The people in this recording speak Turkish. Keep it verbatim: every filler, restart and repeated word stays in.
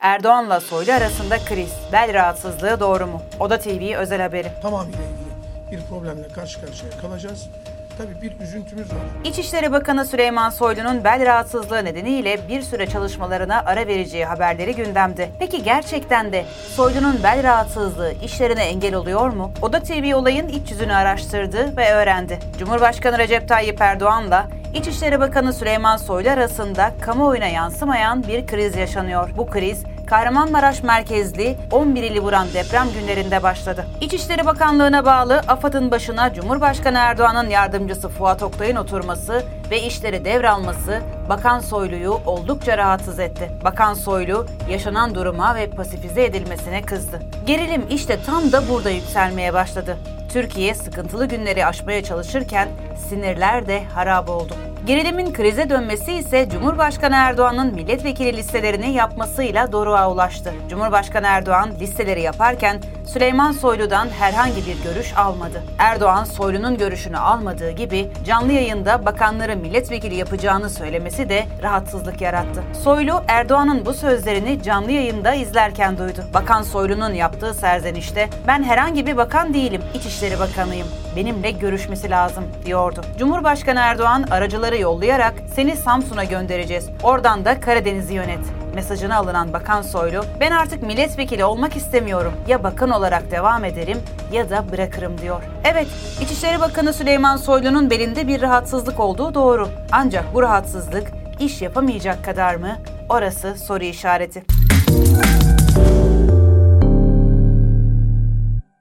Erdoğan'la Soylu arasında kriz, bel rahatsızlığı doğru mu? Oda T V özel haberi. Tamamıyla ilgili bir problemle karşı karşıya kalacağız. Tabii bir üzüntümüz var. İçişleri Bakanı Süleyman Soylu'nun bel rahatsızlığı nedeniyle bir süre çalışmalarına ara vereceği haberleri gündemde. Peki gerçekten de Soylu'nun bel rahatsızlığı işlerine engel oluyor mu? Oda T V olayın iç yüzünü araştırdı ve öğrendi. Cumhurbaşkanı Recep Tayyip Erdoğan'la İçişleri Bakanı Süleyman Soylu arasında kamuoyuna yansımayan bir kriz yaşanıyor. Bu kriz, Kahramanmaraş merkezli on bir ili vuran deprem günlerinde başladı. İçişleri Bakanlığı'na bağlı AFAD'ın başına Cumhurbaşkanı Erdoğan'ın yardımcısı Fuat Oktay'ın oturması ve işleri devralması Bakan Soylu'yu oldukça rahatsız etti. Bakan Soylu yaşanan duruma ve pasifize edilmesine kızdı. Gerilim işte tam da burada yükselmeye başladı. Türkiye sıkıntılı günleri aşmaya çalışırken sinirler de harap oldu. Gerilimin krize dönmesi ise Cumhurbaşkanı Erdoğan'ın milletvekili listelerini yapmasıyla doruğa ulaştı. Cumhurbaşkanı Erdoğan listeleri yaparken Süleyman Soylu'dan herhangi bir görüş almadı. Erdoğan Soylu'nun görüşünü almadığı gibi canlı yayında bakanları milletvekili yapacağını söylemesi de rahatsızlık yarattı. Soylu Erdoğan'ın bu sözlerini canlı yayında izlerken duydu. Bakan Soylu'nun yaptığı serzenişte "Ben herhangi bir bakan değilim, İçişleri Bakanıyım. Benimle görüşmesi lazım." diyordu. Cumhurbaşkanı Erdoğan aracıları yollayarak "Seni Samsun'a göndereceğiz. Oradan da Karadeniz'i yönet." mesajını alınan Bakan Soylu, "Ben artık milletvekili olmak istemiyorum. Ya bakan olarak devam ederim ya da bırakırım." diyor. Evet, İçişleri Bakanı Süleyman Soylu'nun belinde bir rahatsızlık olduğu doğru. Ancak bu rahatsızlık iş yapamayacak kadar mı? Orası soru işareti.